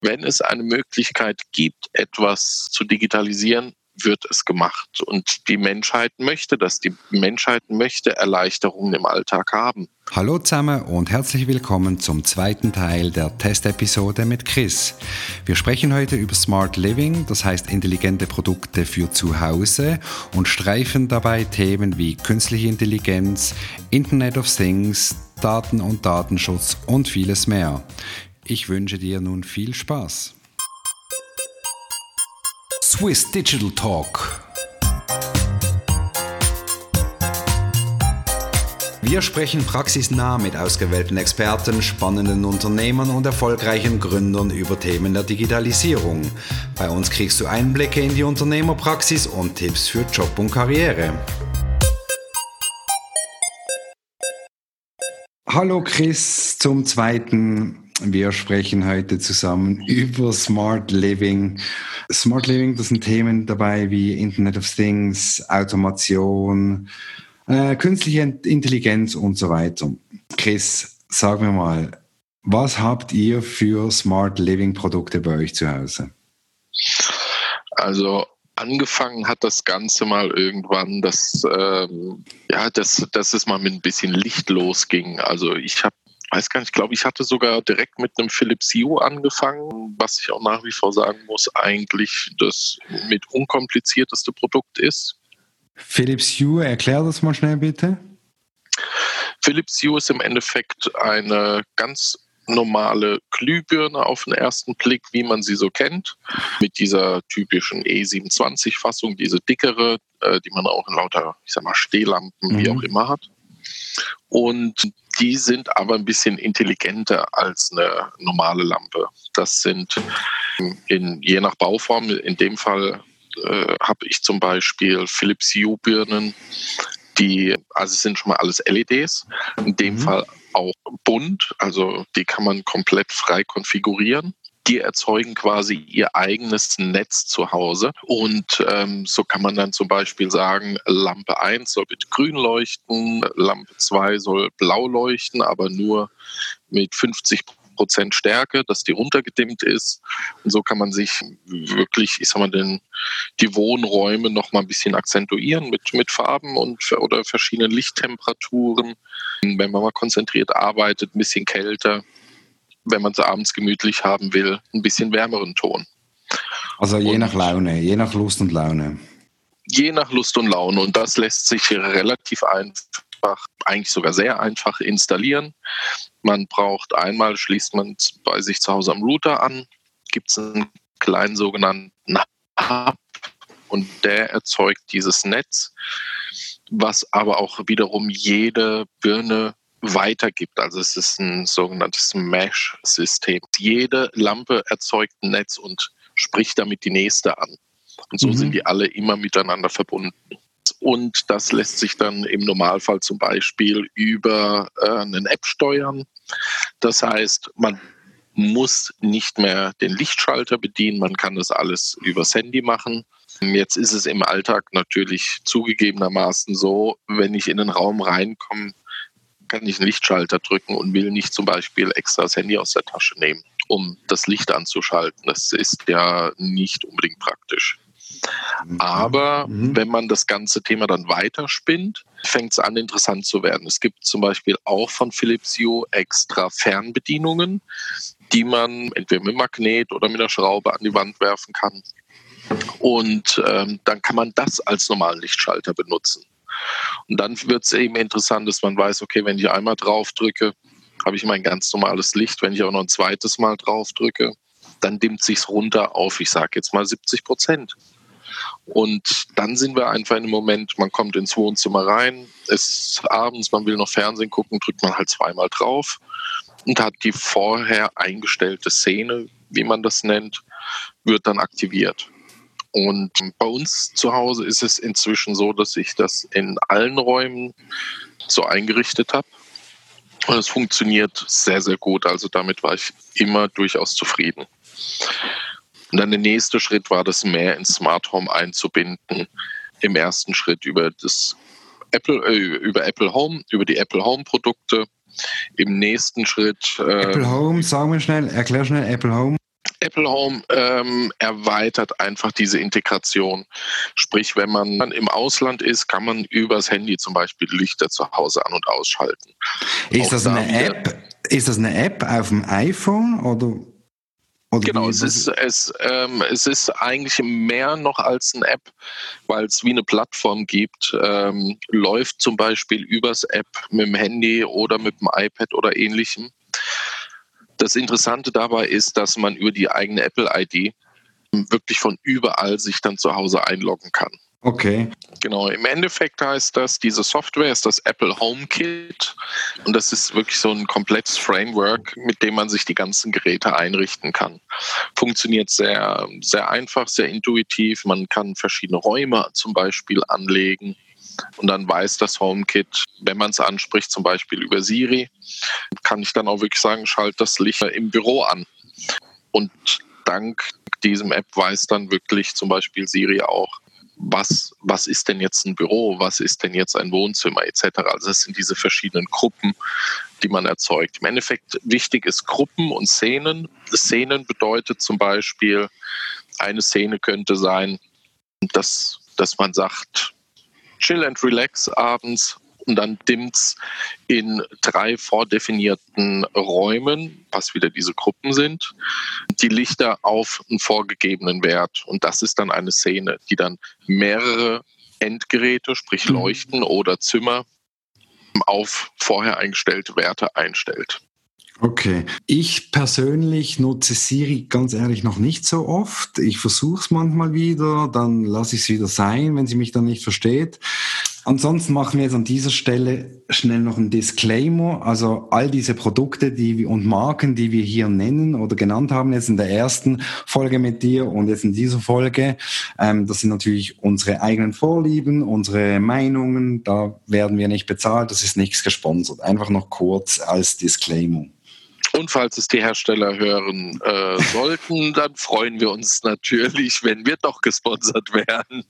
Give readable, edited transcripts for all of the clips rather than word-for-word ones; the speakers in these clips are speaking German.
Wenn es eine Möglichkeit gibt, etwas zu digitalisieren, wird es gemacht. Und die Menschheit möchte das. Die Menschheit möchte Erleichterungen im Alltag haben. Hallo zusammen und herzlich willkommen zum zweiten Teil der Testepisode mit Chris. Wir sprechen heute über Smart Living, das heißt intelligente Produkte für zu Hause, und streifen dabei Themen wie künstliche Intelligenz, Internet of Things, Daten und Datenschutz und vieles mehr. Ich wünsche dir nun viel Spaß. Swiss Digital Talk. Wir sprechen praxisnah mit ausgewählten Experten, spannenden Unternehmern und erfolgreichen Gründern über Themen der Digitalisierung. Bei uns kriegst du Einblicke in die Unternehmerpraxis und Tipps für Job und Karriere. Hallo Chris zum zweiten. Wir sprechen heute zusammen über Smart Living. Smart Living, das sind Themen dabei wie Internet of Things, Automation, künstliche Intelligenz und so weiter. Chris, sag mir mal, was habt ihr für Smart Living Produkte bei euch zu Hause? Also angefangen hat das Ganze mal irgendwann, dass es mal mit ein bisschen Licht losging. Also ich glaube, ich hatte sogar direkt mit einem Philips Hue angefangen, was ich auch nach wie vor sagen muss, eigentlich das mit unkomplizierteste Produkt ist. Philips Hue, erklär das mal schnell bitte. Philips Hue ist im Endeffekt eine ganz normale Glühbirne auf den ersten Blick, wie man sie so kennt, mit dieser typischen E27-Fassung, diese dickere, die man auch in lauter, Stehlampen, wie auch immer hat. Und die sind aber ein bisschen intelligenter als eine normale Lampe. Das sind je nach Bauform, in dem Fall habe ich zum Beispiel Philips Hue Birnen, es sind schon mal alles LEDs, in dem Fall auch bunt, also die kann man komplett frei konfigurieren. Die erzeugen quasi ihr eigenes Netz zu Hause und so kann man dann zum Beispiel sagen, Lampe 1 soll mit grün leuchten, Lampe 2 soll blau leuchten, aber nur mit 50% Stärke, dass die runtergedimmt ist. Und so kann man sich wirklich, die Wohnräume noch mal ein bisschen akzentuieren mit Farben oder verschiedenen Lichttemperaturen. Wenn man mal konzentriert arbeitet, ein bisschen kälter. Wenn man es abends gemütlich haben will, ein bisschen wärmeren Ton. Also je nach Laune, je nach Lust und Laune. Je nach Lust und Laune. Und das lässt sich relativ einfach, eigentlich sogar sehr einfach installieren. Man braucht schließt man bei sich zu Hause am Router an, gibt es einen kleinen sogenannten Hub und der erzeugt dieses Netz, was aber auch wiederum jede Birne weitergibt. Also es ist ein sogenanntes Mesh-System. Jede Lampe erzeugt ein Netz und spricht damit die nächste an. Und so sind die alle immer miteinander verbunden. Und das lässt sich dann im Normalfall zum Beispiel über eine App steuern. Das heißt, man muss nicht mehr den Lichtschalter bedienen, man kann das alles übers Handy machen. Jetzt ist es im Alltag natürlich zugegebenermaßen so, wenn ich in den Raum reinkomme, kann ich einen Lichtschalter drücken und will nicht zum Beispiel extra das Handy aus der Tasche nehmen, um das Licht anzuschalten. Das ist ja nicht unbedingt praktisch. Aber wenn man das ganze Thema dann weiterspinnt, fängt es an, interessant zu werden. Es gibt zum Beispiel auch von Philips Hue extra Fernbedienungen, die man entweder mit Magnet oder mit einer Schraube an die Wand werfen kann. Und dann kann man das als normalen Lichtschalter benutzen. Und dann wird es eben interessant, dass man weiß, okay, wenn ich einmal drauf drücke, habe ich mein ganz normales Licht. Wenn ich aber noch ein zweites Mal drauf drücke, dann dimmt sich's runter auf, ich sage jetzt mal 70%. Und dann sind wir einfach in einem Moment, man kommt ins Wohnzimmer rein, es ist abends, man will noch Fernsehen gucken, drückt man halt zweimal drauf und hat die vorher eingestellte Szene, wie man das nennt, wird dann aktiviert. Und bei uns zu Hause ist es inzwischen so, dass ich das in allen Räumen so eingerichtet habe. Und es funktioniert sehr, sehr gut. Also damit war ich immer durchaus zufrieden. Und dann der nächste Schritt war, das mehr ins Smart Home einzubinden. Im ersten Schritt über Apple Home, über die Apple Home Produkte. Im nächsten Schritt Apple Home, sagen wir schnell, erklär schnell Apple Home. Apple Home erweitert einfach diese Integration. Sprich, wenn man im Ausland ist, kann man übers Handy zum Beispiel Lichter zu Hause an- und ausschalten. Ist das eine App? Ist das eine App auf dem iPhone oder Genau, wie? es ist eigentlich mehr noch als eine App, weil es wie eine Plattform gibt. Läuft zum Beispiel übers App mit dem Handy oder mit dem iPad oder ähnlichem. Das Interessante dabei ist, dass man über die eigene Apple-ID wirklich von überall sich dann zu Hause einloggen kann. Okay. Genau, im Endeffekt heißt das, diese Software ist das Apple HomeKit und das ist wirklich so ein komplettes Framework, mit dem man sich die ganzen Geräte einrichten kann. Funktioniert sehr, sehr einfach, sehr intuitiv. Man kann verschiedene Räume zum Beispiel anlegen und dann weiß das HomeKit, wenn man es anspricht, zum Beispiel über Siri, kann ich dann auch wirklich sagen, schalt das Licht im Büro an. Und dank diesem App weiß dann wirklich zum Beispiel Siri auch, was ist denn jetzt ein Büro, was ist denn jetzt ein Wohnzimmer etc. Also das sind diese verschiedenen Gruppen, die man erzeugt. Im Endeffekt wichtig ist Gruppen und Szenen. Szenen bedeutet zum Beispiel, eine Szene könnte sein, dass man sagt, chill and relax abends und dann dimmt's in 3 vordefinierten Räumen, was wieder diese Gruppen sind, die Lichter auf einen vorgegebenen Wert. Und das ist dann eine Szene, die dann mehrere Endgeräte, sprich Leuchten oder Zimmer, auf vorher eingestellte Werte einstellt. Okay. Ich persönlich nutze Siri ganz ehrlich noch nicht so oft. Ich versuche es manchmal wieder, dann lasse ich es wieder sein, wenn sie mich dann nicht versteht. Ansonsten machen wir jetzt an dieser Stelle schnell noch einen Disclaimer. Also all diese Produkte und Marken, die wir hier nennen oder genannt haben, jetzt in der ersten Folge mit dir und jetzt in dieser Folge, das sind natürlich unsere eigenen Vorlieben, unsere Meinungen. Da werden wir nicht bezahlt, das ist nichts gesponsert. Einfach noch kurz als Disclaimer. Und falls es die Hersteller hören sollten, dann freuen wir uns natürlich, wenn wir doch gesponsert werden.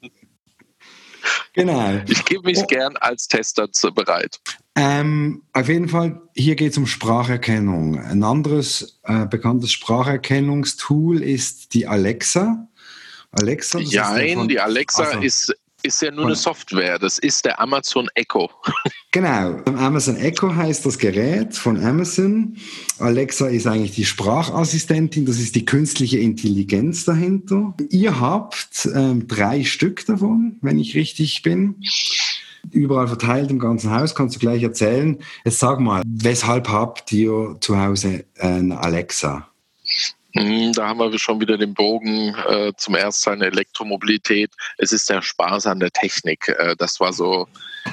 Genau. Ich gebe mich gern als Tester bereit. Auf jeden Fall, hier geht es um Spracherkennung. Ein anderes bekanntes Spracherkennungstool ist die Alexa. Alexa, das Nein, die Alexa ist ja nur eine Software. Das ist der Amazon Echo. Genau, Amazon Echo heißt das Gerät von Amazon. Alexa ist eigentlich die Sprachassistentin, das ist die künstliche Intelligenz dahinter. Ihr habt 3 Stück davon, wenn ich richtig bin. Überall verteilt im ganzen Haus, kannst du gleich erzählen. Jetzt sag mal, weshalb habt ihr zu Hause eine Alexa? Da haben wir schon wieder den Bogen zum ersten Teil der Elektromobilität. Es ist der Spaß an der Technik. Das war so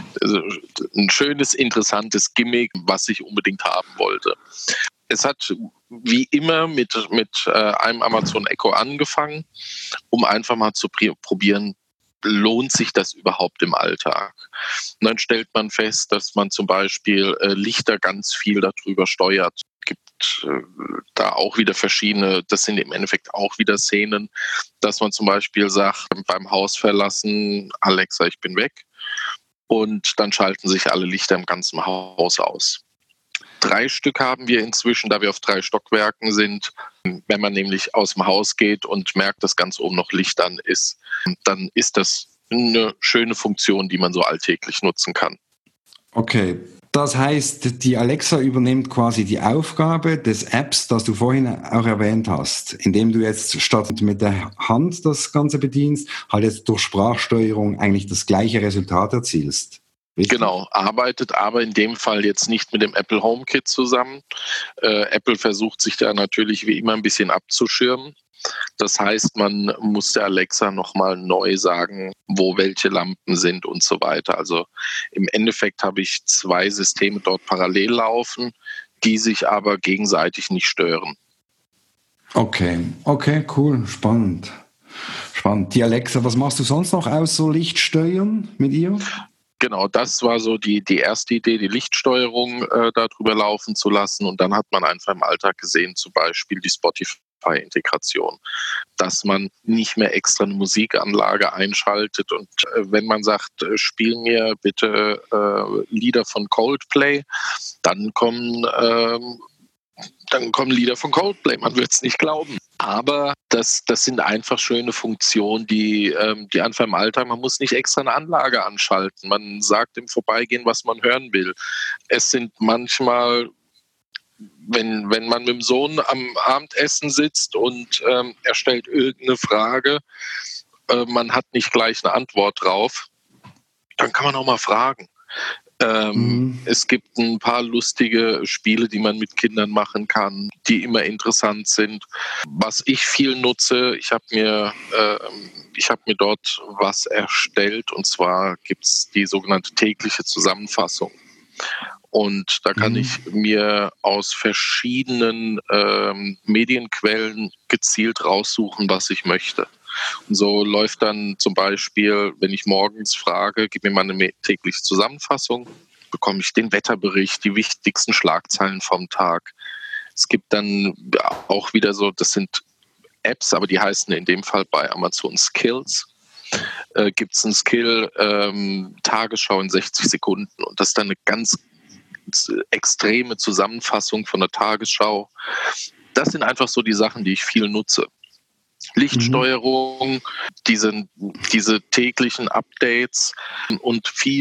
ein schönes, interessantes Gimmick, was ich unbedingt haben wollte. Es hat wie immer mit einem Amazon Echo angefangen, um einfach mal zu probieren, lohnt sich das überhaupt im Alltag? Und dann stellt man fest, dass man zum Beispiel Lichter ganz viel darüber steuert. Gibt da auch wieder verschiedene, das sind im Endeffekt auch wieder Szenen, dass man zum Beispiel sagt, beim Haus verlassen, Alexa, ich bin weg. Und dann schalten sich alle Lichter im ganzen Haus aus. 3 Stück haben wir inzwischen, da wir auf 3 Stockwerken sind. Wenn man nämlich aus dem Haus geht und merkt, dass ganz oben noch Licht an ist, dann ist das eine schöne Funktion, die man so alltäglich nutzen kann. Okay, das heißt, die Alexa übernimmt quasi die Aufgabe des Apps, das du vorhin auch erwähnt hast, indem du jetzt statt mit der Hand das Ganze bedienst, halt jetzt durch Sprachsteuerung eigentlich das gleiche Resultat erzielst. Richtig? Genau, arbeitet aber in dem Fall jetzt nicht mit dem Apple HomeKit zusammen. Apple versucht sich da natürlich wie immer ein bisschen abzuschirmen. Das heißt, man muss der Alexa nochmal neu sagen, wo welche Lampen sind und so weiter. Also im Endeffekt habe ich 2 Systeme dort parallel laufen, die sich aber gegenseitig nicht stören. Okay, cool, spannend. Die Alexa, was machst du sonst noch außer Licht steuern mit ihr? Genau, das war so die erste Idee, die Lichtsteuerung darüber laufen zu lassen. Und dann hat man einfach im Alltag gesehen, zum Beispiel die Spotify-Integration, dass man nicht mehr extra eine Musikanlage einschaltet. Und wenn man sagt, spiel mir bitte Lieder von Coldplay, dann kommen dann kommen Lieder von Coldplay, man wird es nicht glauben. Aber das sind einfach schöne Funktionen, die einfach im Alltag, man muss nicht extra eine Anlage anschalten. Man sagt im Vorbeigehen, was man hören will. Es sind manchmal, wenn man mit dem Sohn am Abendessen sitzt und er stellt irgendeine Frage, man hat nicht gleich eine Antwort drauf, dann kann man auch mal fragen. Es gibt ein paar lustige Spiele, die man mit Kindern machen kann, die immer interessant sind. Was ich viel nutze, ich habe mir dort was erstellt, und zwar gibt es die sogenannte tägliche Zusammenfassung. Und da kann ich mir aus verschiedenen Medienquellen gezielt raussuchen, was ich möchte. Und so läuft dann zum Beispiel, wenn ich morgens frage, gib mir mal eine tägliche Zusammenfassung, bekomme ich den Wetterbericht, die wichtigsten Schlagzeilen vom Tag. Es gibt dann auch wieder so, das sind Apps, aber die heißen in dem Fall bei Amazon Skills. Gibt es einen Skill, Tagesschau in 60 Sekunden. Und das ist dann eine ganz extreme Zusammenfassung von der Tagesschau. Das sind einfach so die Sachen, die ich viel nutze. Lichtsteuerung, diese täglichen Updates und viel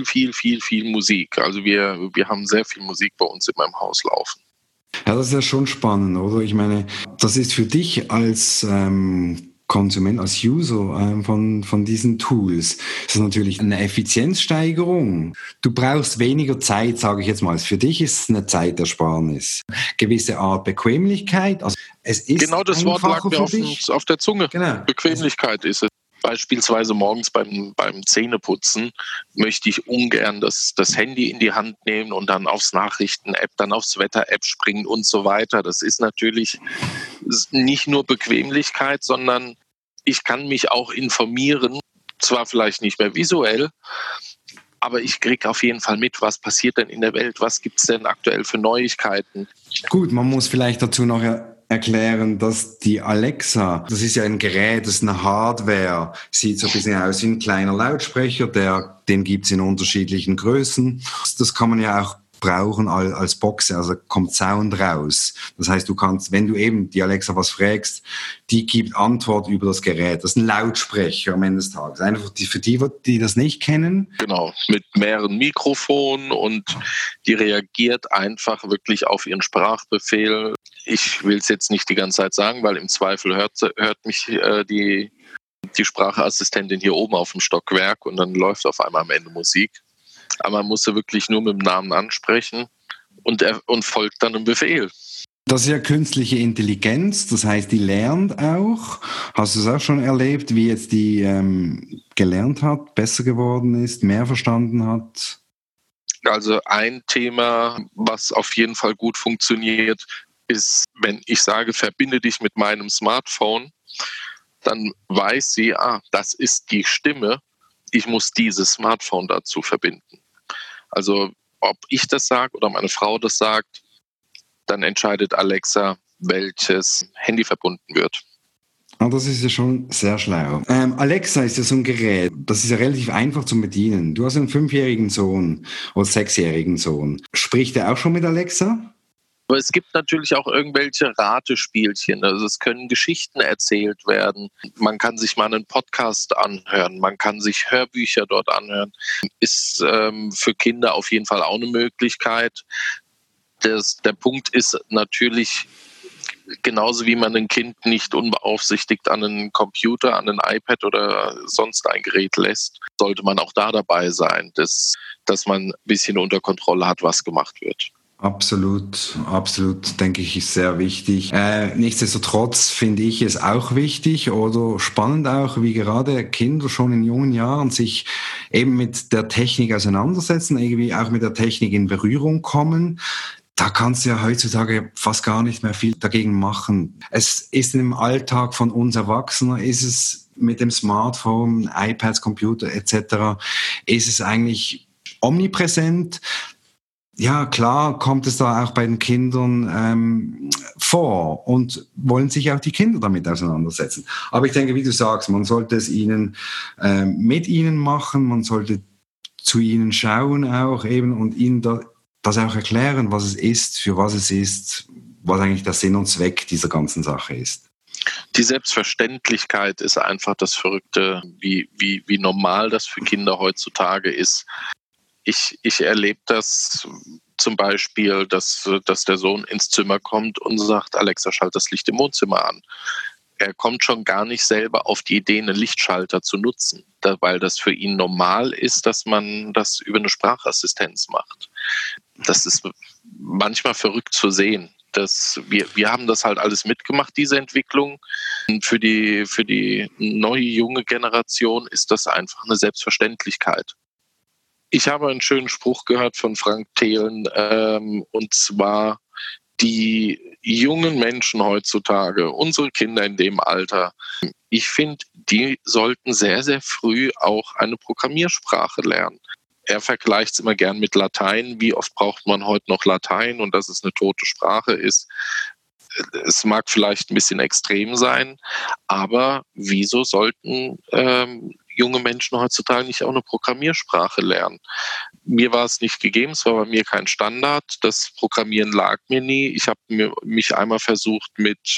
Musik. Also wir haben sehr viel Musik bei uns in meinem Haus laufen. Ja, das ist ja schon spannend, oder? Ich meine, das ist für dich als Konsument, als User von diesen Tools, das ist natürlich eine Effizienzsteigerung. Du brauchst weniger Zeit, sage ich jetzt mal. Für dich ist es eine Zeitersparnis. Gewisse Art Bequemlichkeit. Also es ist genau das Wort lag mir auf der Zunge. Genau. Bequemlichkeit ist es. Beispielsweise morgens beim Zähneputzen möchte ich ungern das Handy in die Hand nehmen und dann aufs Nachrichten-App, dann aufs Wetter-App springen und so weiter. Das ist natürlich nicht nur Bequemlichkeit, sondern ich kann mich auch informieren, zwar vielleicht nicht mehr visuell, aber ich kriege auf jeden Fall mit, was passiert denn in der Welt, was gibt es denn aktuell für Neuigkeiten. Gut, man muss vielleicht dazu noch erklären, dass die Alexa, das ist ja ein Gerät, das ist eine Hardware, sieht so ein bisschen aus wie ein kleiner Lautsprecher, den gibt's in unterschiedlichen Größen. Das kann man ja auch brauchen als Box, also kommt Sound raus. Das heißt, du kannst, wenn du eben die Alexa was fragst, die gibt Antwort über das Gerät. Das ist ein Lautsprecher am Ende des Tages. Einfach für die das nicht kennen. Genau, mit mehreren Mikrofonen, und die reagiert einfach wirklich auf ihren Sprachbefehl. Ich will es jetzt nicht die ganze Zeit sagen, weil im Zweifel hört mich die Sprachassistentin hier oben auf dem Stockwerk und dann läuft auf einmal am Ende Musik. Aber man muss sie wirklich nur mit dem Namen ansprechen und folgt dann einem Befehl. Das ist ja künstliche Intelligenz, das heißt, die lernt auch. Hast du es auch schon erlebt, wie jetzt die gelernt hat, besser geworden ist, mehr verstanden hat? Also ein Thema, was auf jeden Fall gut funktioniert, ist, wenn ich sage, verbinde dich mit meinem Smartphone, dann weiß sie, das ist die Stimme, ich muss dieses Smartphone dazu verbinden. Also ob ich das sage oder meine Frau das sagt, dann entscheidet Alexa, welches Handy verbunden wird. Das ist ja schon sehr schlau. Alexa ist ja so ein Gerät, das ist ja relativ einfach zu bedienen. Du hast einen 5-jährigen Sohn oder 6-jährigen Sohn. Spricht er auch schon mit Alexa? Aber es gibt natürlich auch irgendwelche Ratespielchen. Also es können Geschichten erzählt werden. Man kann sich mal einen Podcast anhören. Man kann sich Hörbücher dort anhören. Ist für Kinder auf jeden Fall auch eine Möglichkeit. Der Punkt ist natürlich, genauso wie man ein Kind nicht unbeaufsichtigt an einen Computer, an ein iPad oder sonst ein Gerät lässt, sollte man auch da dabei sein, dass man ein bisschen unter Kontrolle hat, was gemacht wird. Absolut, denke ich, ist sehr wichtig. Nichtsdestotrotz finde ich es auch wichtig oder spannend auch, wie gerade Kinder schon in jungen Jahren sich eben mit der Technik auseinandersetzen, irgendwie auch mit der Technik in Berührung kommen. Da kannst du ja heutzutage fast gar nicht mehr viel dagegen machen. Es ist im Alltag von uns Erwachsenen, ist es mit dem Smartphone, iPads, Computer etc., ist es eigentlich omnipräsent. Ja, klar kommt es da auch bei den Kindern vor und wollen sich auch die Kinder damit auseinandersetzen. Aber ich denke, wie du sagst, man sollte es mit ihnen machen, man sollte zu ihnen schauen auch eben und ihnen das auch erklären, was es ist, für was es ist, was eigentlich der Sinn und Zweck dieser ganzen Sache ist. Die Selbstverständlichkeit ist einfach das Verrückte, wie normal das für Kinder heutzutage ist. Ich erlebe das zum Beispiel, dass der Sohn ins Zimmer kommt und sagt, Alexa, schalt das Licht im Wohnzimmer an. Er kommt schon gar nicht selber auf die Idee, einen Lichtschalter zu nutzen, weil das für ihn normal ist, dass man das über eine Sprachassistenz macht. Das ist manchmal verrückt zu sehen. Wir haben das halt alles mitgemacht, diese Entwicklung. Für die neue, junge Generation ist das einfach eine Selbstverständlichkeit. Ich habe einen schönen Spruch gehört von Frank Thelen, und zwar: Die jungen Menschen heutzutage, unsere Kinder in dem Alter, ich finde, die sollten sehr, sehr früh auch eine Programmiersprache lernen. Er vergleicht es immer gern mit Latein. Wie oft braucht man heute noch Latein und dass es eine tote Sprache ist? Es mag vielleicht ein bisschen extrem sein, aber wieso sollten junge Menschen heutzutage nicht auch eine Programmiersprache lernen? Mir war es nicht gegeben, es war bei mir kein Standard. Das Programmieren lag mir nie. Ich habe mich einmal versucht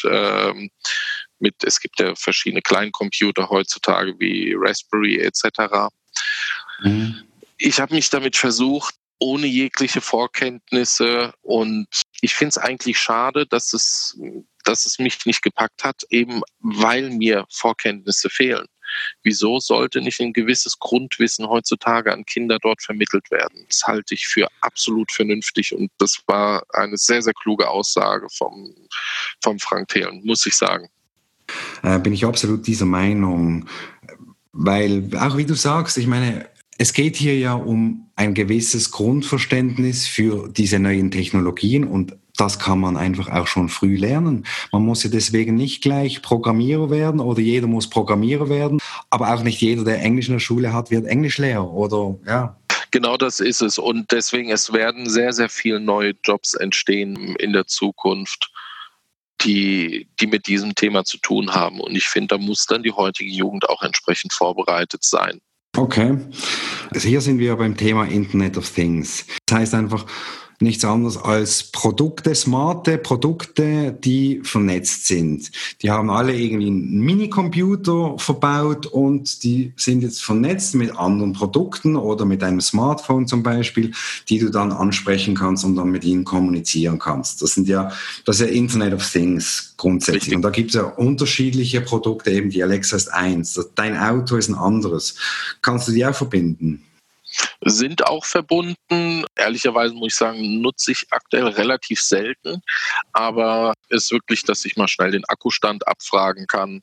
es gibt ja verschiedene Kleincomputer heutzutage wie Raspberry etc. Mhm. Ich habe mich damit versucht, ohne jegliche Vorkenntnisse, und ich finde es eigentlich schade, dass es mich nicht gepackt hat, eben weil mir Vorkenntnisse fehlen. Wieso sollte nicht ein gewisses Grundwissen heutzutage an Kinder dort vermittelt werden? Das halte ich für absolut vernünftig, und das war eine sehr, sehr kluge Aussage vom Frank Thelen, muss ich sagen. Bin ich absolut dieser Meinung, weil, auch wie du sagst, ich meine, es geht hier ja um ein gewisses Grundverständnis für diese neuen Technologien, und das kann man einfach auch schon früh lernen. Man muss ja deswegen nicht gleich Programmierer werden, oder jeder muss Programmierer werden, aber auch nicht jeder, der Englisch in der Schule hat, wird Englischlehrer, oder ja. Genau das ist es, und deswegen, es werden sehr, sehr viele neue Jobs entstehen in der Zukunft, die mit diesem Thema zu tun haben, und ich finde, da muss dann die heutige Jugend auch entsprechend vorbereitet sein. Okay. Also hier sind wir beim Thema Internet of Things. Das heißt einfach nichts anderes als Produkte, smarte Produkte, die vernetzt sind. Die haben alle irgendwie einen Minicomputer verbaut und die sind jetzt vernetzt mit anderen Produkten oder mit einem Smartphone zum Beispiel, die du dann ansprechen kannst und dann mit ihnen kommunizieren kannst. Das ist ja Internet of Things grundsätzlich. Richtig. Und da gibt es ja unterschiedliche Produkte, eben die Alexa ist eins, dein Auto ist ein anderes. Kannst du die auch verbinden? Sind auch verbunden. Ehrlicherweise muss ich sagen, nutze ich aktuell relativ selten. Aber es ist wirklich, dass ich mal schnell den Akkustand abfragen kann.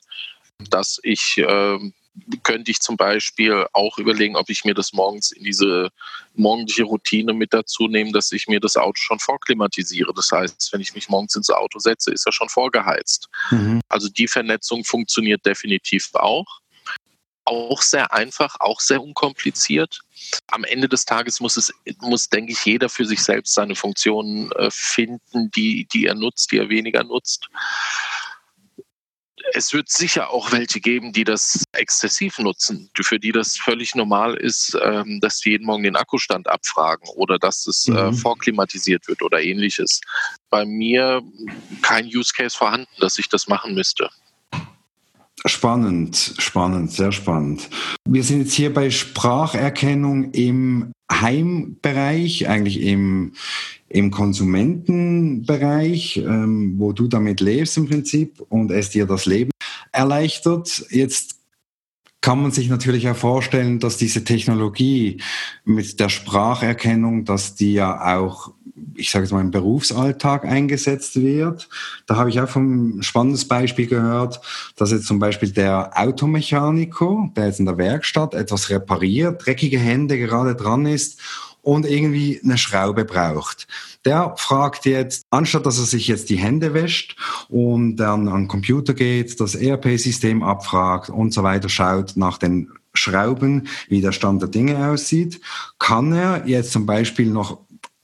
Könnte ich zum Beispiel auch überlegen, ob ich mir das morgens in diese morgendliche Routine mit dazu nehme, dass ich mir das Auto schon vorklimatisiere. Das heißt, wenn ich mich morgens ins Auto setze, ist er schon vorgeheizt. Mhm. Also die Vernetzung funktioniert definitiv auch. Auch sehr einfach, auch sehr unkompliziert. Am Ende des Tages muss, denke ich, jeder für sich selbst seine Funktionen finden, die er nutzt, die er weniger nutzt. Es wird sicher auch welche geben, die das exzessiv nutzen, für die das völlig normal ist, dass sie jeden Morgen den Akkustand abfragen oder dass es vorklimatisiert wird oder ähnliches. Bei mir kein Use Case vorhanden, dass ich das machen müsste. Spannend, sehr spannend. Wir sind jetzt hier bei Spracherkennung im Heimbereich, eigentlich im Konsumentenbereich, wo du damit lebst im Prinzip und es dir das Leben erleichtert. Jetzt kann man sich natürlich auch vorstellen, dass diese Technologie mit der Spracherkennung, dass die ja auch, ich sage jetzt mal, im Berufsalltag eingesetzt wird. Da habe ich auch ein spannendes Beispiel gehört, dass jetzt zum Beispiel der Automechaniker, der jetzt in der Werkstatt etwas repariert, dreckige Hände gerade dran ist und irgendwie eine Schraube braucht. Der fragt jetzt, anstatt dass er sich jetzt die Hände wäscht und dann an den Computer geht, das ERP-System abfragt und so weiter, schaut nach den Schrauben, wie der Stand der Dinge aussieht, kann er jetzt zum Beispiel noch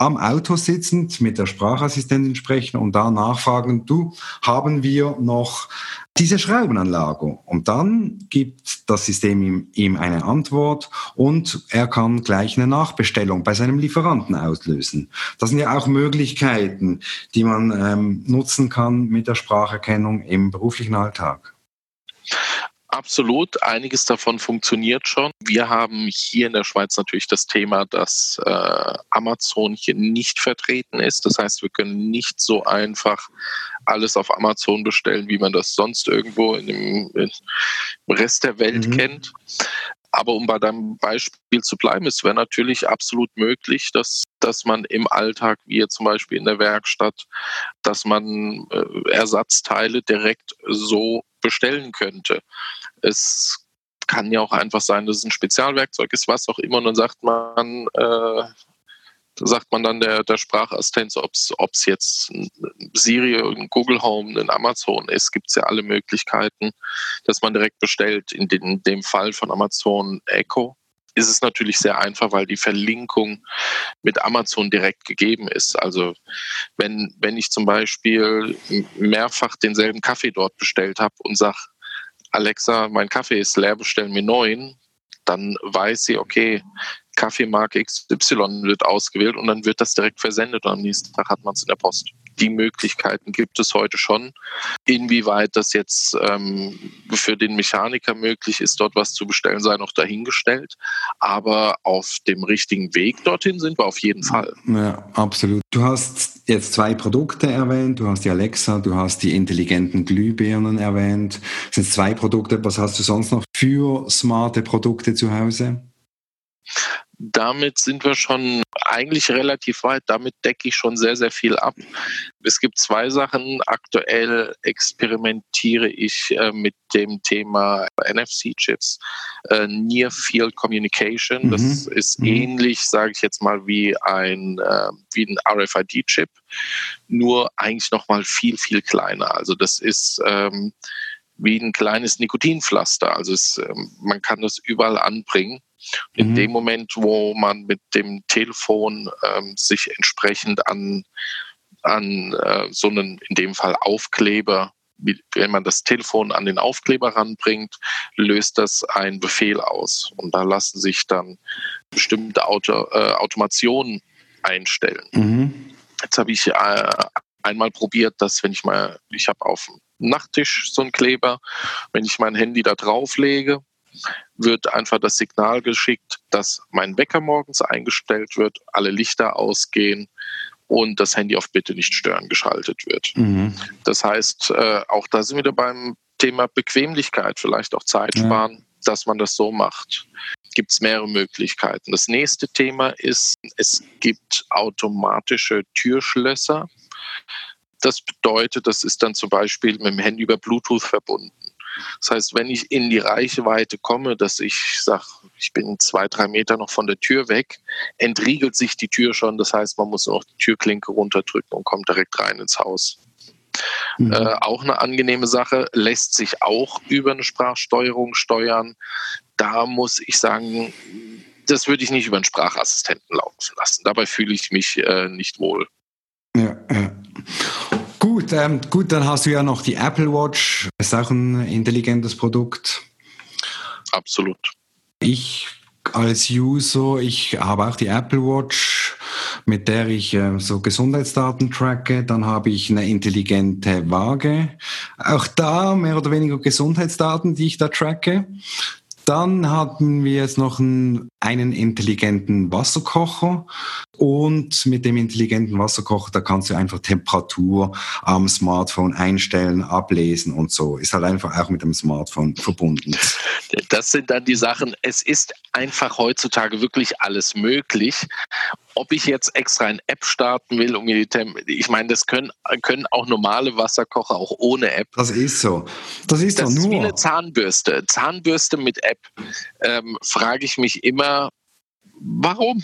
am Auto sitzend mit der Sprachassistentin sprechen und da nachfragen, du, haben wir noch diese Schrauben an Lager? Und dann gibt das System ihm eine Antwort und er kann gleich eine Nachbestellung bei seinem Lieferanten auslösen. Das sind ja auch Möglichkeiten, die man nutzen kann mit der Spracherkennung im beruflichen Alltag. Absolut, einiges davon funktioniert schon. Wir haben hier in der Schweiz natürlich das Thema, dass Amazon hier nicht vertreten ist. Das heißt, wir können nicht so einfach alles auf Amazon bestellen, wie man das sonst irgendwo im Rest der Welt kennt. Aber um bei deinem Beispiel zu bleiben, es wäre natürlich absolut möglich, dass man im Alltag, wie jetzt zum Beispiel in der Werkstatt, dass man Ersatzteile direkt so bestellen könnte. Es kann ja auch einfach sein, dass es ein Spezialwerkzeug ist, was auch immer, und dann sagt man dann der Sprachassistenz, ob es jetzt ein Siri, ein Google Home, ein Amazon ist, gibt es ja alle Möglichkeiten, dass man direkt bestellt. In dem Fall von Amazon Echo ist es natürlich sehr einfach, weil die Verlinkung mit Amazon direkt gegeben ist. Also wenn ich zum Beispiel mehrfach denselben Kaffee dort bestellt habe und sage, Alexa, mein Kaffee ist leer, bestell mir neuen, dann weiß sie, okay, Kaffeemarke XY wird ausgewählt und dann wird das direkt versendet und am nächsten Tag hat man es in der Post. Die Möglichkeiten gibt es heute schon. Inwieweit das jetzt für den Mechaniker möglich ist, dort was zu bestellen, sei noch dahingestellt. Aber auf dem richtigen Weg dorthin sind wir auf jeden Fall. Ja, absolut. Du hast jetzt 2 Produkte erwähnt. Du hast die Alexa, du hast die intelligenten Glühbirnen erwähnt. Das sind 2 Produkte. Was hast du sonst noch für smarte Produkte zu Hause? Damit sind wir schon eigentlich relativ weit. Damit decke ich schon sehr, sehr viel ab. Es gibt 2 Sachen. Aktuell experimentiere ich mit dem Thema NFC-Chips, Near Field Communication. Das ist ähnlich, sage ich jetzt mal, wie ein RFID-Chip, nur eigentlich noch mal viel, viel kleiner. Also das ist wie ein kleines Nikotinpflaster. Also man kann das überall anbringen. In dem Moment, wo man mit dem Telefon sich entsprechend an so einen, in dem Fall Aufkleber, wenn man das Telefon an den Aufkleber ranbringt, löst das einen Befehl aus. Und da lassen sich dann bestimmte Automationen einstellen. Jetzt habe ich einmal probiert, dass ich habe auf dem Nachttisch so einen Kleber, wenn ich mein Handy da drauf lege, wird einfach das Signal geschickt, dass mein Wecker morgens eingestellt wird, alle Lichter ausgehen und das Handy auf Bitte nicht stören geschaltet wird. Das heißt, auch da sind wir wieder beim Thema Bequemlichkeit, vielleicht auch Zeit sparen, dass man das so macht. Gibt es mehrere Möglichkeiten. Das nächste Thema ist, es gibt automatische Türschlösser. Das bedeutet, das ist dann zum Beispiel mit dem Handy über Bluetooth verbunden. Das heißt, wenn ich in die Reichweite komme, dass ich sage, ich bin 2-3 Meter noch von der Tür weg, entriegelt sich die Tür schon. Das heißt, man muss noch die Türklinke runterdrücken und kommt direkt rein ins Haus. Auch eine angenehme Sache, lässt sich auch über eine Sprachsteuerung steuern. Da muss ich sagen, das würde ich nicht über einen Sprachassistenten laufen lassen. Dabei fühle ich mich nicht wohl. Ja. Gut, dann hast du ja noch die Apple Watch. Das ist auch ein intelligentes Produkt. Absolut. Ich als User, ich habe auch die Apple Watch, mit der ich so Gesundheitsdaten tracke. Dann habe ich eine intelligente Waage. Auch da mehr oder weniger Gesundheitsdaten, die ich da tracke. Dann hatten wir jetzt noch einen intelligenten Wasserkocher und mit dem intelligenten Wasserkocher, da kannst du einfach Temperatur am Smartphone einstellen, ablesen und so. Ist halt einfach auch mit dem Smartphone verbunden. Das sind dann die Sachen, es ist einfach heutzutage wirklich alles möglich. Ob ich jetzt extra eine App starten will, ich meine, das können auch normale Wasserkocher, auch ohne App. Das ist so. Das ist wie eine Zahnbürste. Zahnbürste mit App. Frage ich mich immer, warum?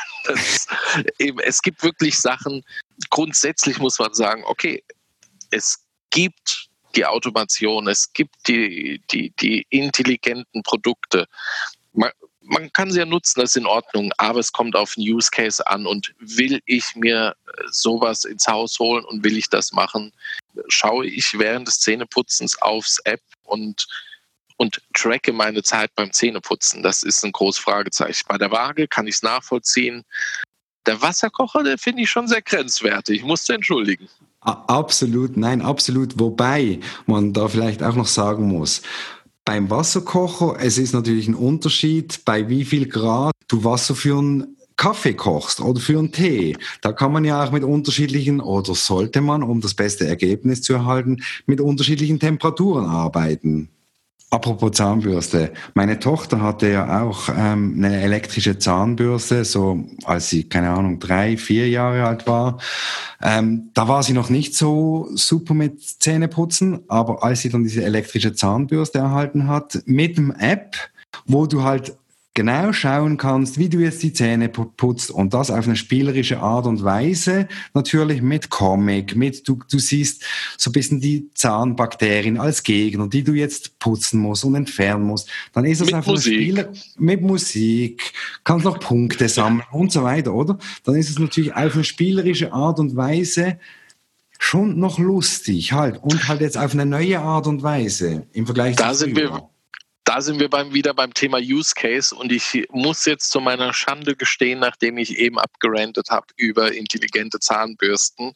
Es gibt wirklich Sachen, grundsätzlich muss man sagen, okay, es gibt die Automation, es gibt die intelligenten Produkte. man kann sie ja nutzen, das ist in Ordnung, aber es kommt auf den Use Case an und will ich mir sowas ins Haus holen und will ich das machen, schaue ich während des Zähneputzens aufs App und tracke meine Zeit beim Zähneputzen. Das ist ein großes Fragezeichen. Bei der Waage kann ich es nachvollziehen. Der Wasserkocher, der finde ich schon sehr grenzwertig. Ich musste entschuldigen. Absolut, nein, absolut. Wobei man da vielleicht auch noch sagen muss, beim Wasserkocher, es ist natürlich ein Unterschied, bei wie viel Grad du Wasser für einen Kaffee kochst oder für einen Tee. Da kann man ja auch mit unterschiedlichen, oder sollte man, um das beste Ergebnis zu erhalten, mit unterschiedlichen Temperaturen arbeiten. Apropos Zahnbürste. Meine Tochter hatte ja auch eine elektrische Zahnbürste, so als sie, keine Ahnung, 3, 4 Jahre alt war. Da war sie noch nicht so super mit Zähneputzen, aber als sie dann diese elektrische Zahnbürste erhalten hat, mit dem App, wo du halt genau schauen kannst, wie du jetzt die Zähne putzt und das auf eine spielerische Art und Weise, natürlich mit Comic, du siehst so ein bisschen die Zahnbakterien als Gegner, die du jetzt putzen musst und entfernen musst. Dann ist es einfach mit Musik, kannst noch Punkte sammeln und so weiter, oder? Dann ist es natürlich auf eine spielerische Art und Weise schon noch lustig halt und halt jetzt auf eine neue Art und Weise im Vergleich zu früher. Da sind wir wieder beim Thema Use Case und ich muss jetzt zu meiner Schande gestehen, nachdem ich eben abgerantet habe über intelligente Zahnbürsten.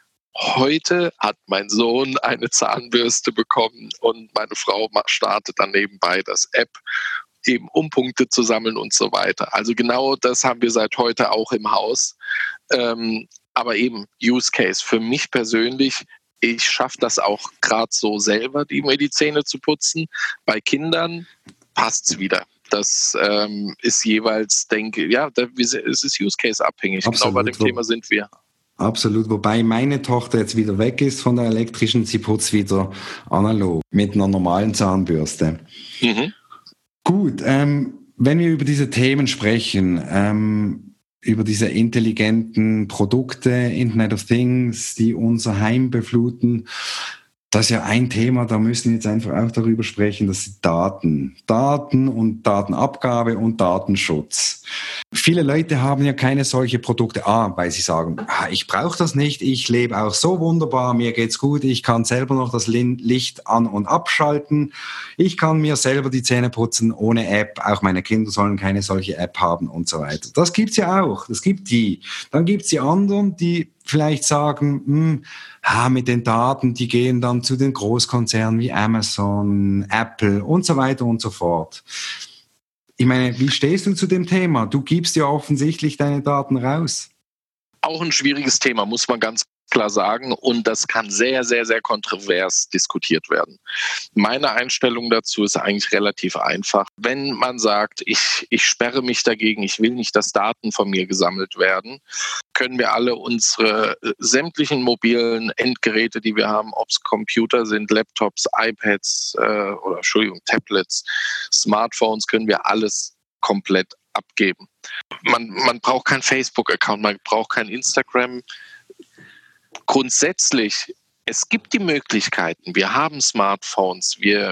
Heute hat mein Sohn eine Zahnbürste bekommen und meine Frau startet dann nebenbei das App, eben um Punkte zu sammeln und so weiter. Also genau das haben wir seit heute auch im Haus. Aber eben Use Case für mich persönlich. Ich schaffe das auch gerade so selber, mir die Zähne zu putzen. Bei Kindern passt es wieder. Das ist jeweils, es ist Use-Case-abhängig. Absolut. Genau bei dem Thema sind wir. Absolut, wobei meine Tochter jetzt wieder weg ist von der elektrischen, sie putzt wieder analog mit einer normalen Zahnbürste. Mhm. Gut, wenn wir über diese Themen sprechen, über diese intelligenten Produkte, Internet of Things, die unser Heim befluten. Das ist ja ein Thema, da müssen wir jetzt einfach auch darüber sprechen, das sind Daten. Daten und Datenabgabe und Datenschutz. Viele Leute haben ja keine solche Produkte, weil sie sagen, ich brauche das nicht, ich lebe auch so wunderbar, mir geht's gut, ich kann selber noch das Licht an- und abschalten, ich kann mir selber die Zähne putzen ohne App, auch meine Kinder sollen keine solche App haben und so weiter. Das gibt's ja auch, das gibt die. Dann gibt's die anderen, die vielleicht sagen, mit den Daten, die gehen dann zu den Großkonzernen wie Amazon, Apple und so weiter und so fort. Ich meine, wie stehst du zu dem Thema? Du gibst ja offensichtlich deine Daten raus. Auch ein schwieriges Thema, muss man ganz klar sagen. Und das kann sehr, sehr, sehr kontrovers diskutiert werden. Meine Einstellung dazu ist eigentlich relativ einfach. Wenn man sagt, ich sperre mich dagegen, ich will nicht, dass Daten von mir gesammelt werden, können wir alle unsere sämtlichen mobilen Endgeräte, die wir haben, ob es Computer sind, Laptops, iPads Tablets, Smartphones, können wir alles komplett abgeben. Man braucht keinen Facebook-Account, man braucht kein Instagram. Grundsätzlich, es gibt die Möglichkeiten. Wir haben Smartphones, wir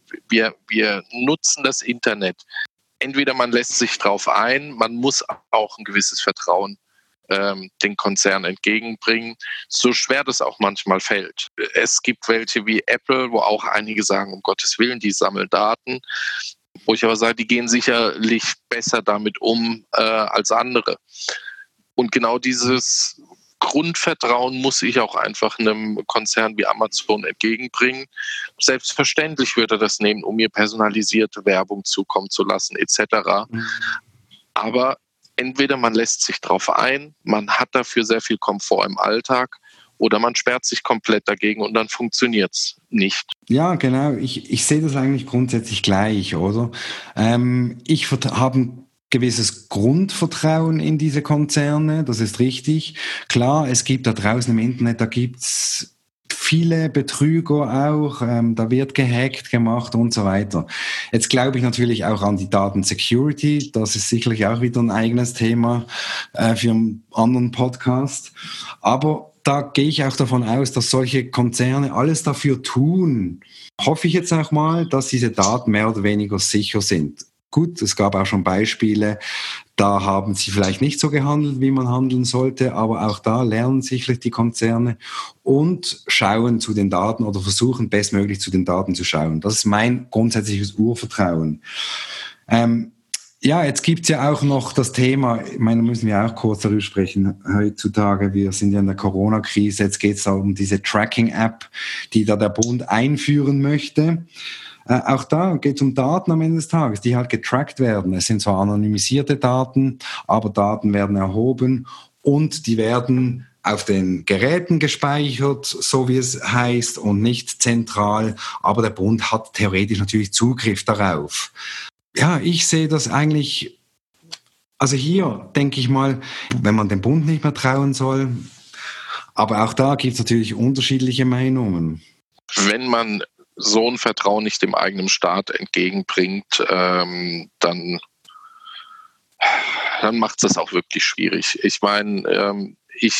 nutzen das Internet. Entweder man lässt sich drauf ein, man muss auch ein gewisses Vertrauen den Konzernen entgegenbringen, so schwer das auch manchmal fällt. Es gibt welche wie Apple, wo auch einige sagen, um Gottes Willen, die sammeln Daten. Wo ich aber sage, die gehen sicherlich besser damit um als andere. Und genau dieses Grundvertrauen muss ich auch einfach einem Konzern wie Amazon entgegenbringen. Selbstverständlich würde er das nehmen, um mir personalisierte Werbung zukommen zu lassen, etc. Aber entweder man lässt sich drauf ein, man hat dafür sehr viel Komfort im Alltag, oder man sperrt sich komplett dagegen und dann funktioniert es nicht. Ja, genau. Ich sehe das eigentlich grundsätzlich gleich, oder? Ich habe ein gewisses Grundvertrauen in diese Konzerne, das ist richtig. Klar, es gibt da draußen im Internet, da gibt's viele Betrüger auch, da wird gehackt gemacht und so weiter. Jetzt glaube ich natürlich auch an die Datensecurity, das ist sicherlich auch wieder ein eigenes Thema für einen anderen Podcast. Aber da gehe ich auch davon aus, dass solche Konzerne alles dafür tun. Hoffe ich jetzt auch mal, dass diese Daten mehr oder weniger sicher sind. gut, es gab auch schon Beispiele, da haben sie vielleicht nicht so gehandelt, wie man handeln sollte, aber auch da lernen sicherlich die Konzerne und schauen zu den Daten oder versuchen bestmöglich zu den Daten zu schauen. Das ist mein grundsätzliches Urvertrauen. Ja, jetzt gibt's ja auch noch das Thema, ich meine, da müssen wir auch kurz darüber sprechen, heutzutage, wir sind ja in der Corona-Krise, jetzt geht's da um diese Tracking-App, die da der Bund einführen möchte. Auch da geht es um Daten am Ende des Tages, die halt getrackt werden. Es sind zwar anonymisierte Daten, aber Daten werden erhoben und die werden auf den Geräten gespeichert, so wie es heißt, und nicht zentral. Aber der Bund hat theoretisch natürlich Zugriff darauf. Ja, ich sehe das eigentlich, also hier denke ich mal, wenn man dem Bund nicht mehr trauen soll, aber auch da gibt es natürlich unterschiedliche Meinungen. Wenn man so ein Vertrauen nicht dem eigenen Staat entgegenbringt, dann macht es das auch wirklich schwierig. Ich meine,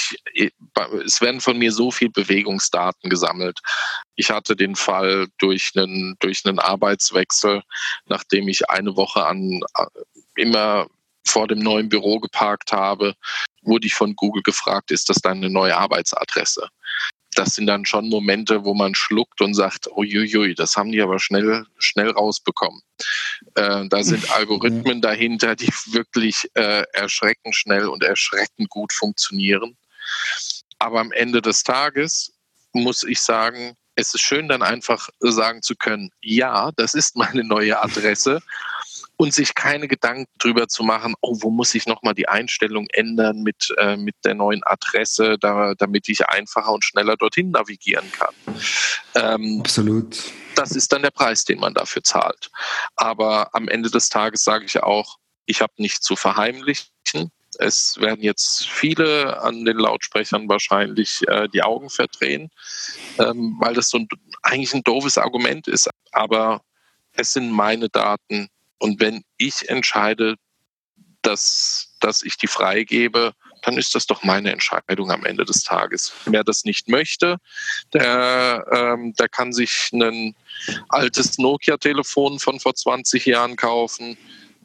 es werden von mir so viel Bewegungsdaten gesammelt. Ich hatte den Fall durch einen Arbeitswechsel, nachdem ich eine Woche immer vor dem neuen Büro geparkt habe, wurde ich von Google gefragt, ist das deine neue Arbeitsadresse? Das sind dann schon Momente, wo man schluckt und sagt, uiuiui, das haben die aber schnell rausbekommen. Da sind Algorithmen dahinter, die wirklich erschreckend schnell und erschreckend gut funktionieren. Aber am Ende des Tages muss ich sagen, es ist schön, dann einfach sagen zu können, ja, das ist meine neue Adresse. Und sich keine Gedanken drüber zu machen, wo muss ich nochmal die Einstellung ändern mit der neuen Adresse, damit ich einfacher und schneller dorthin navigieren kann. Absolut. Das ist dann der Preis, den man dafür zahlt. Aber am Ende des Tages sage ich auch, ich habe nichts zu verheimlichen. Es werden jetzt viele an den Lautsprechern wahrscheinlich die Augen verdrehen, weil das eigentlich ein doofes Argument ist. Aber es sind meine Daten. Und wenn ich entscheide, dass ich die freigebe, dann ist das doch meine Entscheidung am Ende des Tages. Wer das nicht möchte, der kann sich ein altes Nokia-Telefon von vor 20 Jahren kaufen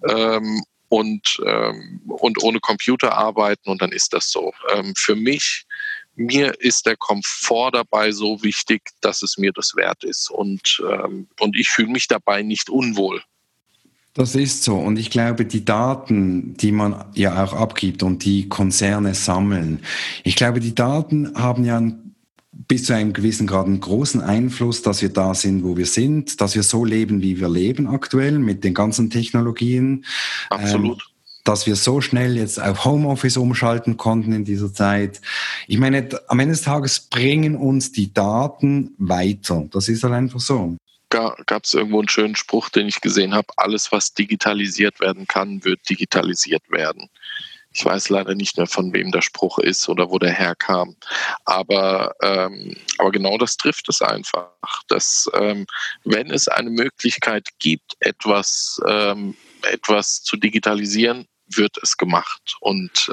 und ohne Computer arbeiten und dann ist das so. Für mir ist der Komfort dabei so wichtig, dass es mir das wert ist und ich fühle mich dabei nicht unwohl. Das ist so. Und ich glaube, die Daten, die man ja auch abgibt und die Konzerne sammeln, ich glaube, die Daten haben ja bis zu einem gewissen Grad einen großen Einfluss, dass wir da sind, wo wir sind, dass wir so leben, wie wir leben aktuell mit den ganzen Technologien. Absolut. Dass wir so schnell jetzt auf Homeoffice umschalten konnten in dieser Zeit. Ich meine, am Ende des Tages bringen uns die Daten weiter. Das ist halt einfach so. Gab es irgendwo einen schönen Spruch, den ich gesehen habe, alles, was digitalisiert werden kann, wird digitalisiert werden. Ich weiß leider nicht mehr, von wem der Spruch ist oder wo der herkam. Aber genau das trifft es einfach. Dass, wenn es eine Möglichkeit gibt, etwas zu digitalisieren, wird es gemacht. Und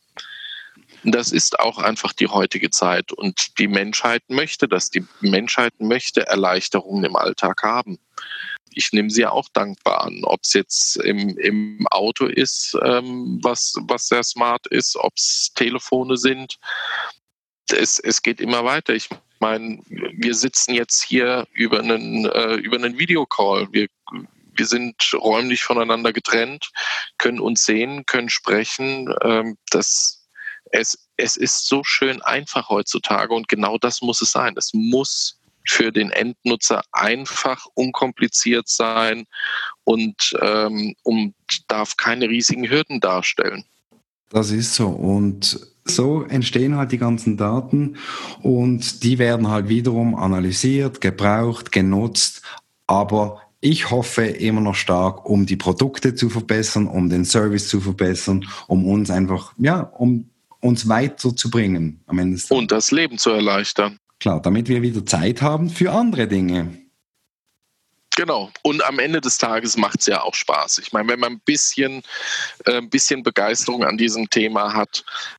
das ist auch einfach die heutige Zeit und die Menschheit möchte das. Die Menschheit möchte Erleichterungen im Alltag haben. Ich nehme sie auch dankbar an, ob es jetzt im Auto ist, was sehr smart ist, ob es Telefone sind. Es geht immer weiter. Ich meine, wir sitzen jetzt hier über einen Videocall. Wir sind räumlich voneinander getrennt, können uns sehen, können sprechen. Es ist so schön einfach heutzutage und genau das muss es sein. Es muss für den Endnutzer einfach, unkompliziert sein und darf keine riesigen Hürden darstellen. Das ist so. Und so entstehen halt die ganzen Daten und die werden halt wiederum analysiert, gebraucht, genutzt, aber ich hoffe immer noch stark, um die Produkte zu verbessern, um den Service zu verbessern, um uns einfach, um uns weiterzubringen am Ende des Tages. Und das Leben zu erleichtern. Klar, damit wir wieder Zeit haben für andere Dinge. Genau. Und am Ende des Tages macht es ja auch Spaß. Ich meine, wenn man ein bisschen Begeisterung an diesem Thema hat,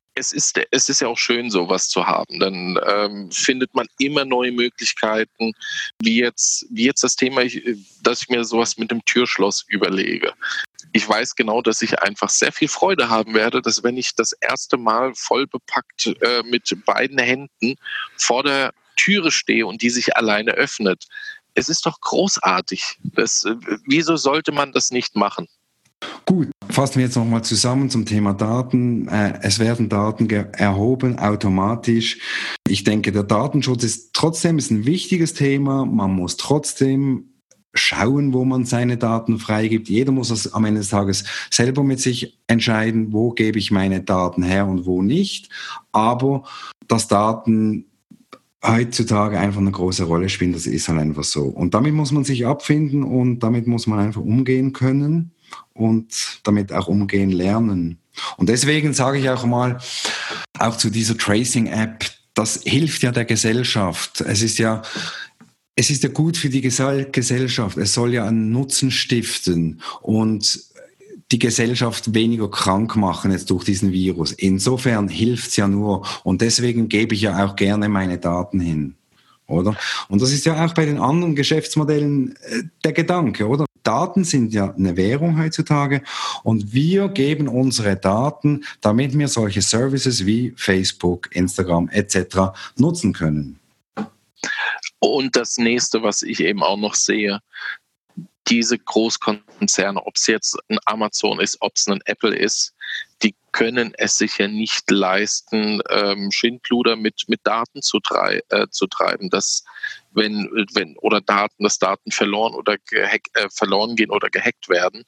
es ist ja auch schön, sowas zu haben. Dann findet man immer neue Möglichkeiten, wie jetzt das Thema, dass ich mir sowas mit dem Türschloss überlege. Ich weiß genau, dass ich einfach sehr viel Freude haben werde, dass wenn ich das erste Mal voll bepackt mit beiden Händen vor der Türe stehe und die sich alleine öffnet. Es ist doch großartig. Wieso sollte man das nicht machen? Gut, fassen wir jetzt nochmal zusammen zum Thema Daten. Es werden Daten erhoben automatisch. Ich denke, der Datenschutz ist trotzdem ein wichtiges Thema. Man muss trotzdem schauen, wo man seine Daten freigibt. Jeder muss es am Ende des Tages selber mit sich entscheiden, wo gebe ich meine Daten her und wo nicht. Aber dass Daten heutzutage einfach eine große Rolle spielen, das ist halt einfach so. Und damit muss man sich abfinden und damit muss man einfach umgehen können und damit auch umgehen lernen. Und deswegen sage ich auch mal, auch zu dieser Tracing-App, das hilft ja der Gesellschaft. Es ist ja gut für die Gesellschaft. Es soll ja einen Nutzen stiften und die Gesellschaft weniger krank machen jetzt durch diesen Virus. Insofern hilft's ja nur. Und deswegen gebe ich ja auch gerne meine Daten hin, oder? Und das ist ja auch bei den anderen Geschäftsmodellen der Gedanke, oder? Daten sind ja eine Währung heutzutage und wir geben unsere Daten, damit wir solche Services wie Facebook, Instagram etc. nutzen können. Und das nächste, was ich eben auch noch sehe, diese Großkonzerne, ob es jetzt ein Amazon ist, ob es ein Apple ist, die können es sich ja nicht leisten, Schindluder mit Daten zu treiben, dass dass Daten verloren oder verloren gehen oder gehackt werden.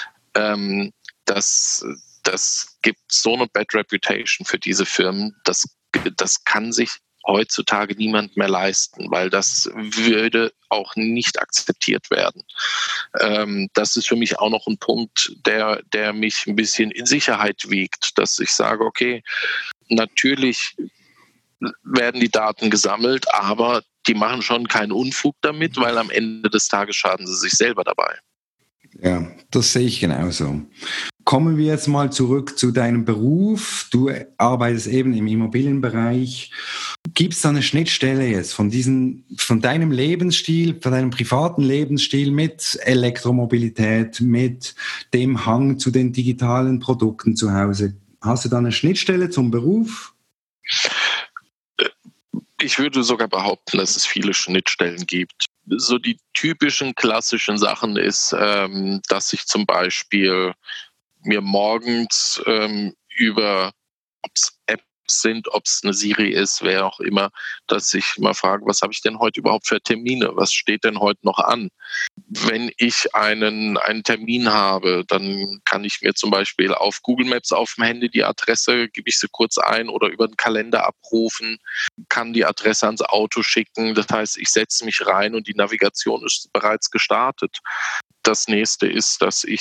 Das gibt so eine Bad Reputation für diese Firmen, das kann sich heutzutage niemand mehr leisten, weil das würde auch nicht akzeptiert werden. Das ist für mich auch noch ein Punkt, der mich ein bisschen in Sicherheit wiegt, dass ich sage, okay, natürlich werden die Daten gesammelt, aber die machen schon keinen Unfug damit, weil am Ende des Tages schaden sie sich selber dabei. Ja, das sehe ich genauso. Kommen wir jetzt mal zurück zu deinem Beruf. Du arbeitest eben im Immobilienbereich. Gibt es da eine Schnittstelle jetzt von deinem Lebensstil, von deinem privaten Lebensstil mit Elektromobilität, mit dem Hang zu den digitalen Produkten zu Hause? Hast du da eine Schnittstelle zum Beruf? Ich würde sogar behaupten, dass es viele Schnittstellen gibt. So die typischen klassischen Sachen ist, dass ich zum Beispiel mir morgens über, ob es Apps sind, ob es eine Siri ist, wer auch immer, dass ich mal frage, was habe ich denn heute überhaupt für Termine? Was steht denn heute noch an? Wenn ich einen Termin habe, dann kann ich mir zum Beispiel auf Google Maps auf dem Handy die Adresse, gebe ich sie kurz ein oder über den Kalender abrufen, kann die Adresse ans Auto schicken. Das heißt, ich setze mich rein und die Navigation ist bereits gestartet. Das nächste ist,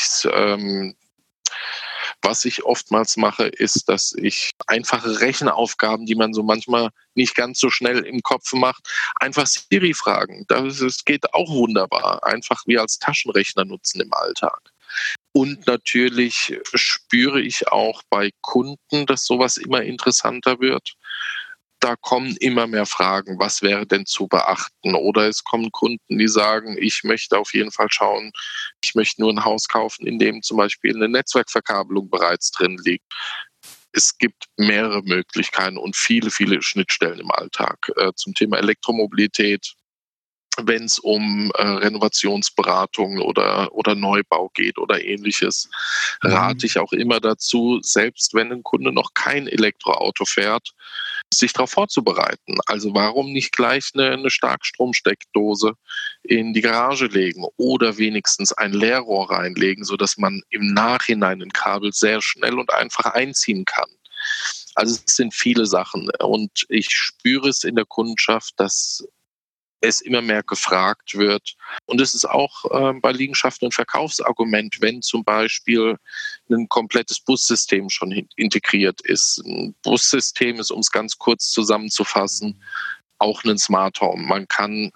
was ich oftmals mache, ist, dass ich einfache Rechenaufgaben, die man so manchmal nicht ganz so schnell im Kopf macht, einfach Siri fragen. Das geht auch wunderbar. Einfach wie als Taschenrechner nutzen im Alltag. Und natürlich spüre ich auch bei Kunden, dass sowas immer interessanter wird. Da kommen immer mehr Fragen, was wäre denn zu beachten? Oder es kommen Kunden, die sagen, ich möchte auf jeden Fall schauen, ich möchte nur ein Haus kaufen, in dem zum Beispiel eine Netzwerkverkabelung bereits drin liegt. Es gibt mehrere Möglichkeiten und viele, viele Schnittstellen im Alltag zum Thema Elektromobilität. Wenn es um Renovationsberatung oder Neubau geht oder ähnliches, rate ich auch immer dazu, selbst wenn ein Kunde noch kein Elektroauto fährt, sich darauf vorzubereiten. Also warum nicht gleich eine Starkstromsteckdose in die Garage legen oder wenigstens ein Leerrohr reinlegen, sodass man im Nachhinein ein Kabel sehr schnell und einfach einziehen kann. Also es sind viele Sachen und ich spüre es in der Kundschaft, dass es immer mehr gefragt wird. Und es ist auch bei Liegenschaften ein Verkaufsargument, wenn zum Beispiel ein komplettes Bussystem schon integriert ist. Ein Bussystem ist, um es ganz kurz zusammenzufassen, auch ein Smart Home. Man kann,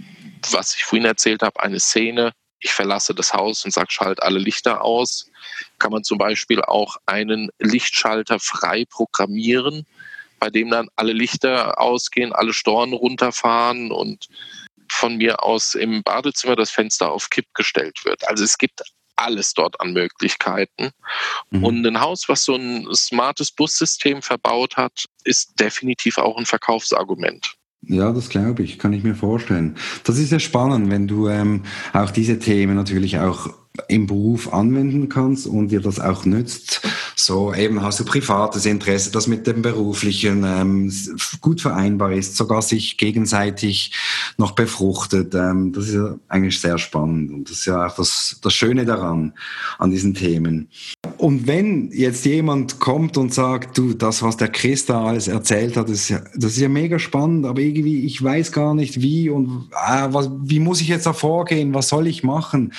was ich vorhin erzählt habe, eine Szene, ich verlasse das Haus und sage, schalt alle Lichter aus. kann man zum Beispiel auch einen Lichtschalter frei programmieren, bei dem dann alle Lichter ausgehen, alle Storen runterfahren und von mir aus im Badezimmer das Fenster auf Kipp gestellt wird. Also es gibt alles dort an Möglichkeiten. Und ein Haus, was so ein smartes Bussystem verbaut hat, ist definitiv auch ein Verkaufsargument. Ja, das glaube ich, kann ich mir vorstellen. Das ist ja spannend, wenn du auch diese Themen natürlich auch im Beruf anwenden kannst und dir das auch nützt. So eben hast du privates Interesse, das mit dem beruflichen gut vereinbar ist, sogar sich gegenseitig noch befruchtet. Das ist ja eigentlich sehr spannend und das ist ja auch das Schöne daran, an diesen Themen. Und wenn jetzt jemand kommt und sagt, du, das, was der Chris da alles erzählt hat, das ist ja mega spannend, aber irgendwie, ich weiß gar nicht wie und wie muss ich jetzt da vorgehen, was soll ich machen?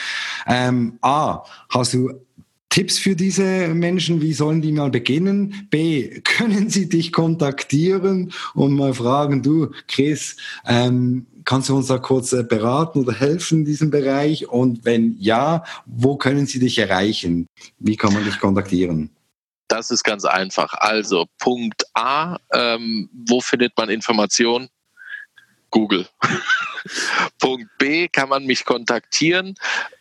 Hast du Tipps für diese Menschen? Wie sollen die mal beginnen? B, können sie dich kontaktieren und mal fragen, du, Chris, kannst du uns da kurz beraten oder helfen in diesem Bereich? Und wenn ja, wo können sie dich erreichen? Wie kann man dich kontaktieren? Das ist ganz einfach. Also Punkt A, wo findet man Informationen? Google. Punkt B, kann man mich kontaktieren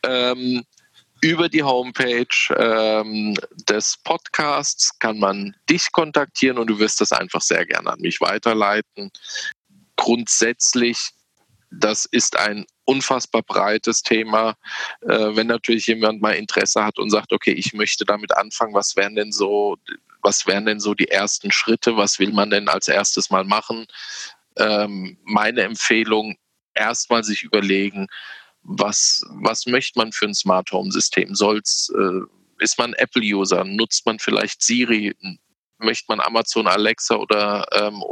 über die Homepage des Podcasts kann man dich kontaktieren und du wirst das einfach sehr gerne an mich weiterleiten. Grundsätzlich, das ist ein unfassbar breites Thema. Wenn natürlich jemand mal Interesse hat und sagt, okay, ich möchte damit anfangen, was wären denn so die ersten Schritte, was will man denn als erstes mal machen? Meine Empfehlung, erstmal sich überlegen, was möchte man für ein Smart Home System? Ist man Apple-User? Nutzt man vielleicht Siri? Möchte man Amazon Alexa oder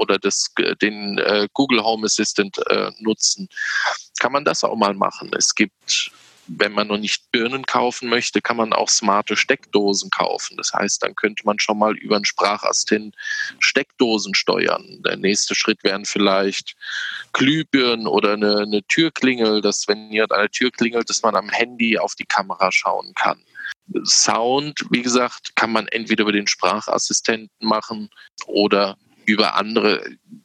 den Google Home Assistant nutzen? Kann man das auch mal machen? Es gibt, wenn man noch nicht Birnen kaufen möchte, kann man auch smarte Steckdosen kaufen. Das heißt, dann könnte man schon mal über einen Sprachassistent Steckdosen steuern. Der nächste Schritt wären vielleicht Glühbirnen oder eine Türklingel, dass wenn jemand an der Tür klingelt, dass man am Handy auf die Kamera schauen kann. Sound, wie gesagt, kann man entweder über den Sprachassistenten machen oder über andere.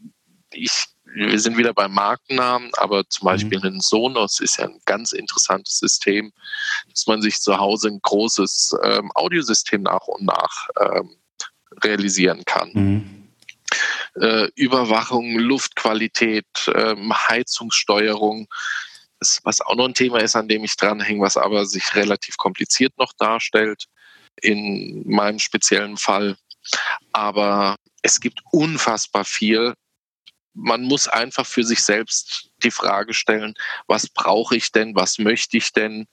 Wir sind wieder bei Markennamen, aber zum Beispiel ein Sonos ist ja ein ganz interessantes System, dass man sich zu Hause ein großes Audiosystem nach und nach realisieren kann. Überwachung, Luftqualität, Heizungssteuerung, was auch noch ein Thema ist, an dem ich dranhänge, was aber sich relativ kompliziert noch darstellt in meinem speziellen Fall. Aber es gibt unfassbar viel. Man muss einfach für sich selbst die Frage stellen, was brauche ich denn, was möchte ich denn?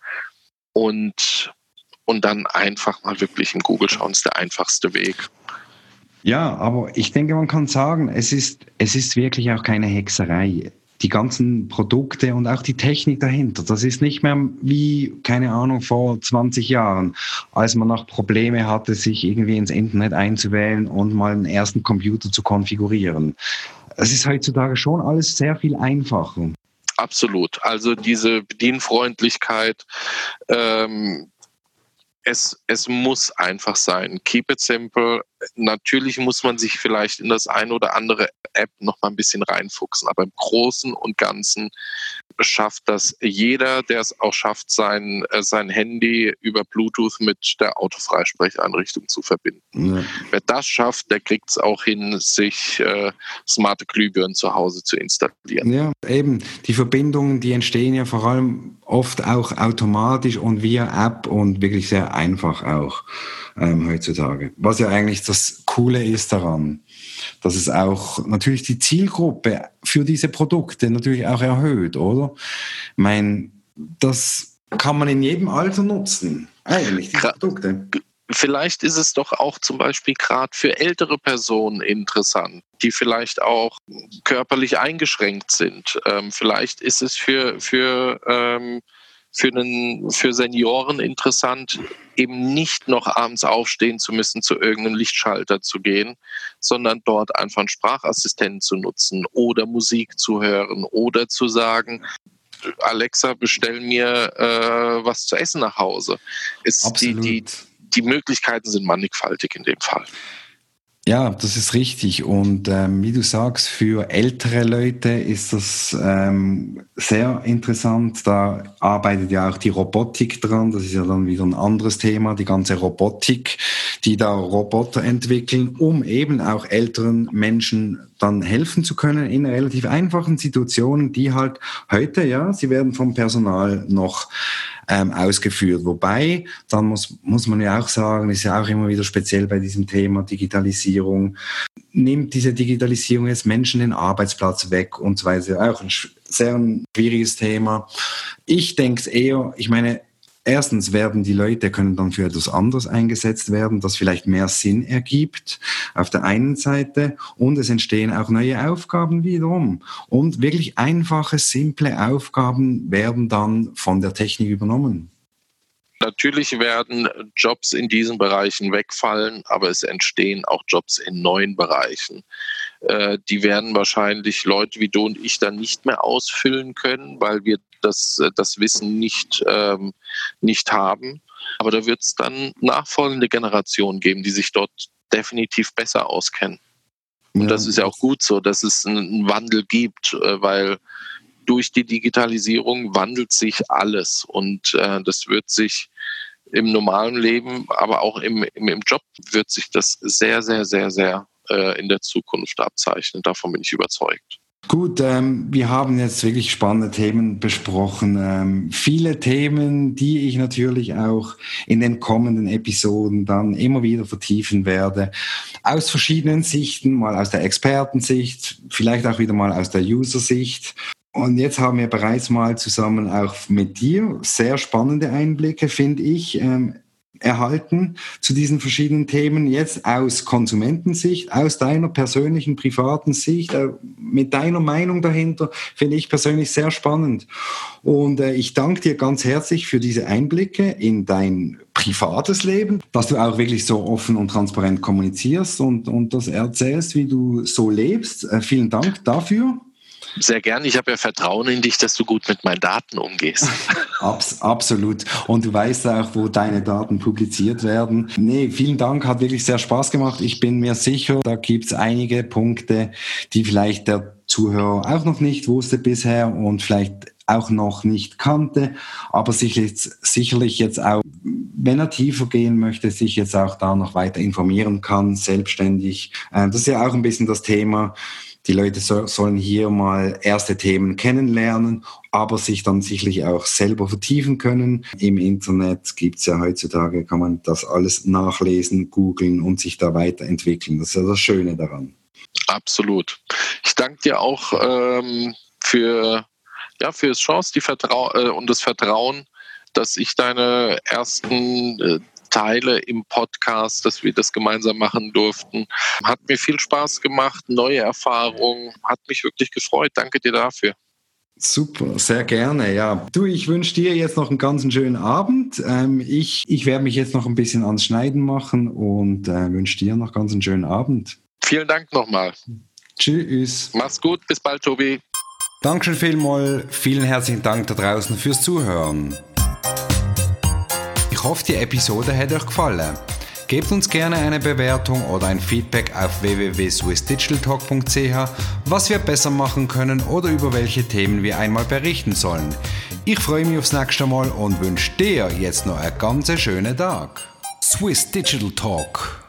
Und dann einfach mal wirklich in Google schauen, ist der einfachste Weg. Ja, aber ich denke, man kann sagen, es ist wirklich auch keine Hexerei. Die ganzen Produkte und auch die Technik dahinter, das ist nicht mehr wie, keine Ahnung, vor 20 Jahren, als man noch Probleme hatte, sich irgendwie ins Internet einzuwählen und mal einen ersten Computer zu konfigurieren. Es ist heutzutage schon alles sehr viel einfacher. Absolut. Also diese Bedienfreundlichkeit, es muss einfach sein. Keep it simple. Natürlich muss man sich vielleicht in das ein oder andere App noch mal ein bisschen reinfuchsen, aber im Großen und Ganzen schafft das jeder, der es auch schafft, sein Handy über Bluetooth mit der Autofreisprecheinrichtung zu verbinden. Ja. Wer das schafft, der kriegt es auch hin, sich smarte Glühbirnen zu Hause zu installieren. Ja, eben. Die Verbindungen, die entstehen ja vor allem oft auch automatisch und via App und wirklich sehr einfach auch heutzutage. Was ja eigentlich das Coole ist daran, dass es auch natürlich die Zielgruppe für diese Produkte natürlich auch erhöht, oder? Ich meine, das kann man in jedem Alter nutzen, eigentlich, diese Produkte. Vielleicht ist es doch auch zum Beispiel gerade für ältere Personen interessant, die vielleicht auch körperlich eingeschränkt sind. Vielleicht ist es für Senioren interessant, eben nicht noch abends aufstehen zu müssen, zu irgendeinem Lichtschalter zu gehen, sondern dort einfach einen Sprachassistenten zu nutzen oder Musik zu hören oder zu sagen, Alexa, bestell mir was zu essen nach Hause. Absolut. die Möglichkeiten sind mannigfaltig in dem Fall. Ja, das ist richtig. Und wie du sagst, für ältere Leute ist das sehr interessant. Da arbeitet ja auch die Robotik dran. Das ist ja dann wieder ein anderes Thema, die ganze Robotik, die da Roboter entwickeln, um eben auch älteren Menschen dann helfen zu können in relativ einfachen Situationen, die halt heute, ja, sie werden vom Personal noch ausgeführt. Wobei, dann muss man ja auch sagen, ist ja auch immer wieder speziell bei diesem Thema Digitalisierung, nimmt diese Digitalisierung jetzt Menschen den Arbeitsplatz weg und so weiter. Auch ein sehr schwieriges Thema. Ich denke es eher, ich meine, erstens können dann für etwas anderes eingesetzt werden, das vielleicht mehr Sinn ergibt auf der einen Seite, und es entstehen auch neue Aufgaben wiederum. Und wirklich einfache, simple Aufgaben werden dann von der Technik übernommen. Natürlich werden Jobs in diesen Bereichen wegfallen, aber es entstehen auch Jobs in neuen Bereichen. Die werden wahrscheinlich Leute wie du und ich dann nicht mehr ausfüllen können, weil wir das Wissen nicht haben. Aber da wird es dann nachfolgende Generationen geben, die sich dort definitiv besser auskennen. Und das ist ja auch gut so, dass es einen Wandel gibt, weil durch die Digitalisierung wandelt sich alles, und das wird sich im normalen Leben, aber auch im Job wird sich das sehr, sehr, sehr, sehr in der Zukunft abzeichnen. Davon bin ich überzeugt. Gut, wir haben jetzt wirklich spannende Themen besprochen. Viele Themen, die ich natürlich auch in den kommenden Episoden dann immer wieder vertiefen werde. Aus verschiedenen Sichten, mal aus der Expertensicht, vielleicht auch wieder mal aus der User-Sicht. Und jetzt haben wir bereits mal zusammen auch mit dir sehr spannende Einblicke, finde ich, erhalten zu diesen verschiedenen Themen, jetzt aus Konsumentensicht, aus deiner persönlichen, privaten Sicht, mit deiner Meinung dahinter, finde ich persönlich sehr spannend. Und ich danke dir ganz herzlich für diese Einblicke in dein privates Leben, dass du auch wirklich so offen und transparent kommunizierst und das erzählst, wie du so lebst. Vielen Dank dafür. Sehr gerne. Ich habe ja Vertrauen in dich, dass du gut mit meinen Daten umgehst. Absolut. Und du weißt auch, wo deine Daten publiziert werden. Nee, vielen Dank, hat wirklich sehr Spaß gemacht. Ich bin mir sicher, da gibt es einige Punkte, die vielleicht der Zuhörer auch noch nicht wusste bisher und vielleicht auch noch nicht kannte, aber sicherlich jetzt auch, wenn er tiefer gehen möchte, sich jetzt auch da noch weiter informieren kann, selbstständig. Das ist ja auch ein bisschen das Thema. Die Leute sollen hier mal erste Themen kennenlernen, aber sich dann sicherlich auch selber vertiefen können. Im Internet gibt's ja heutzutage, kann man das alles nachlesen, googeln und sich da weiterentwickeln. Das ist ja das Schöne daran. Absolut. Ich danke dir auch für die Chance, und das Vertrauen, dass ich deine ersten Teile im Podcast, dass wir das gemeinsam machen durften. Hat mir viel Spaß gemacht, neue Erfahrungen, hat mich wirklich gefreut. Danke dir dafür. Super, sehr gerne, ja. Du, ich wünsche dir jetzt noch einen ganz schönen Abend. Ich werde mich jetzt noch ein bisschen ans Schneiden machen und wünsche dir noch ganz einen schönen Abend. Vielen Dank nochmal. Tschüss. Mach's gut, bis bald, Tobi. Dankeschön vielmals, vielen herzlichen Dank da draußen fürs Zuhören. Ich hoffe, die Episode hat euch gefallen. Gebt uns gerne eine Bewertung oder ein Feedback auf www.swissdigitaltalk.ch, was wir besser machen können oder über welche Themen wir einmal berichten sollen. Ich freue mich aufs nächste Mal und wünsche dir jetzt noch einen ganz schönen Tag. Swiss Digital Talk.